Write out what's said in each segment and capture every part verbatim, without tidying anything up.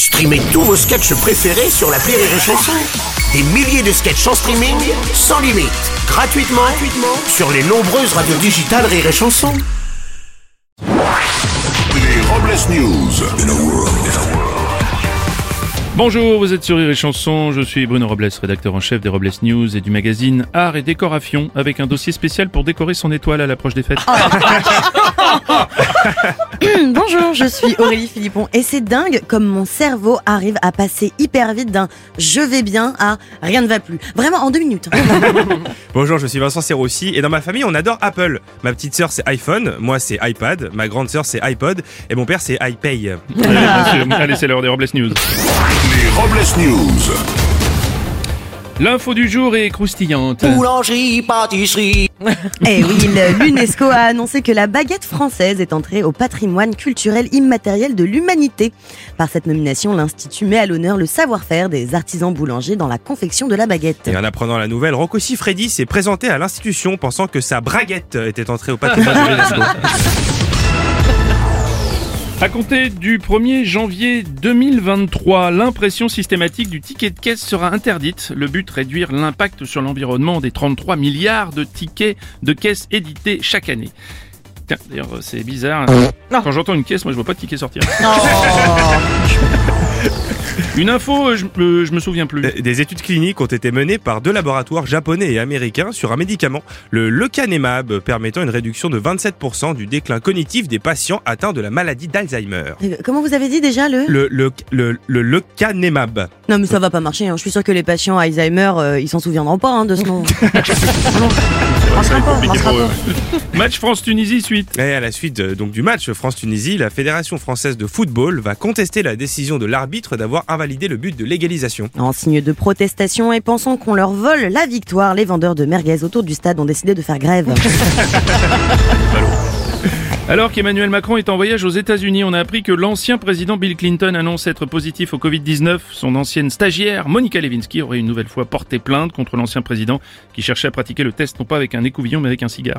Streamez tous vos sketchs préférés sur l'appli Rire et Chanson. Des milliers de sketchs en streaming, sans limite, gratuitement, gratuitement sur les nombreuses radios digitales Rire et Chanson. Les Robles News. In a world, in a world. Bonjour, vous êtes sur Rire et Chanson, je suis Bruno Robles, rédacteur en chef des Robles News et du magazine Art et Décoration, avec un dossier spécial pour décorer son étoile à l'approche des fêtes. Bonjour, je suis Aurélie Philippon et c'est dingue comme mon cerveau arrive à passer hyper vite d'un « je vais bien » à « rien ne va plus ». Vraiment en deux minutes. Bonjour, je suis Vincent Serroussi et dans ma famille on adore Apple. Ma petite sœur c'est iPhone, moi c'est iPad, ma grande sœur c'est iPod et mon père c'est iPay. Allez, bien sûr. Allez, c'est l'heure des Robles News. Les Robles News. L'info du jour est croustillante. Boulangerie, pâtisserie. Eh oui, le- l'UNESCO a annoncé que la baguette française est entrée au patrimoine culturel immatériel de l'humanité. Par cette nomination, l'Institut met à l'honneur le savoir-faire des artisans boulangers dans la confection de la baguette. Et en apprenant la nouvelle, Rocco Siffredi s'est présenté à l'institution pensant que sa braguette était entrée au patrimoine de l'UNESCO. À compter du premier janvier deux mille vingt-trois, l'impression systématique du ticket de caisse sera interdite. Le but, réduire l'impact sur l'environnement des trente-trois milliards de tickets de caisse édités chaque année. Tiens, d'ailleurs, c'est bizarre. Quand j'entends une caisse, moi je vois pas de ticket sortir. Une info, euh, je, euh, je me souviens plus. Des études cliniques ont été menées par deux laboratoires japonais et américains sur un médicament, le lecanemab, permettant une réduction de vingt-sept pour cent du déclin cognitif des patients atteints de la maladie d'Alzheimer. Euh, Comment vous avez dit déjà le... Le, le, le, le lecanemab. Non mais ça va pas marcher, hein. Je suis sûr que les patients Alzheimer, euh, ils s'en souviendront pas hein, de ce nom. Ça va être compliqué marchera pour eux. Match France-Tunisie suite. Et à la suite euh, donc du match France-Tunisie, la Fédération française de football va contester la décision de l'arbitre d'avoir invalidé le but de l'égalisation. En signe de protestation et pensant qu'on leur vole la victoire, les vendeurs de merguez autour du stade ont décidé de faire grève. Alors qu'Emmanuel Macron est en voyage aux États-Unis, on a appris que l'ancien président Bill Clinton annonce être positif au covid dix-neuf. Son ancienne stagiaire, Monica Lewinsky, aurait une nouvelle fois porté plainte contre l'ancien président qui cherchait à pratiquer le test non pas avec un écouvillon mais avec un cigare.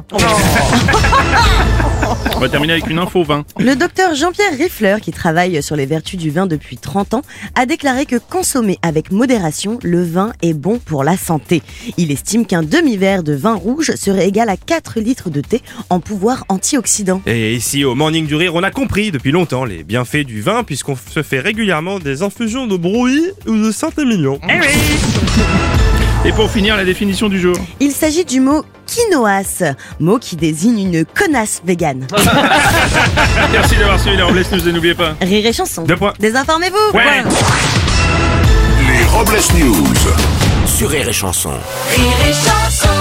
On va terminer avec une info vin. Le docteur Jean-Pierre Riffler, qui travaille sur les vertus du vin depuis trente ans, a déclaré que consommer avec modération, le vin est bon pour la santé. Il estime qu'un demi-verre de vin rouge serait égal à quatre litres de thé en pouvoir antioxydant. Et ici au Morning du Rire, on a compris depuis longtemps les bienfaits du vin puisqu'on se fait régulièrement des infusions de brouillis ou de Saint-Émilion. Et pour finir, la définition du jour. Il s'agit du mot quinoas, mot qui désigne une connasse végane. Merci d'avoir suivi les Robles News et n'oubliez pas. Rire et chanson. Deux points. Désinformez-vous. Ouais. Point. Les Robles News. Sur Rire et Chanson. Rire et chanson.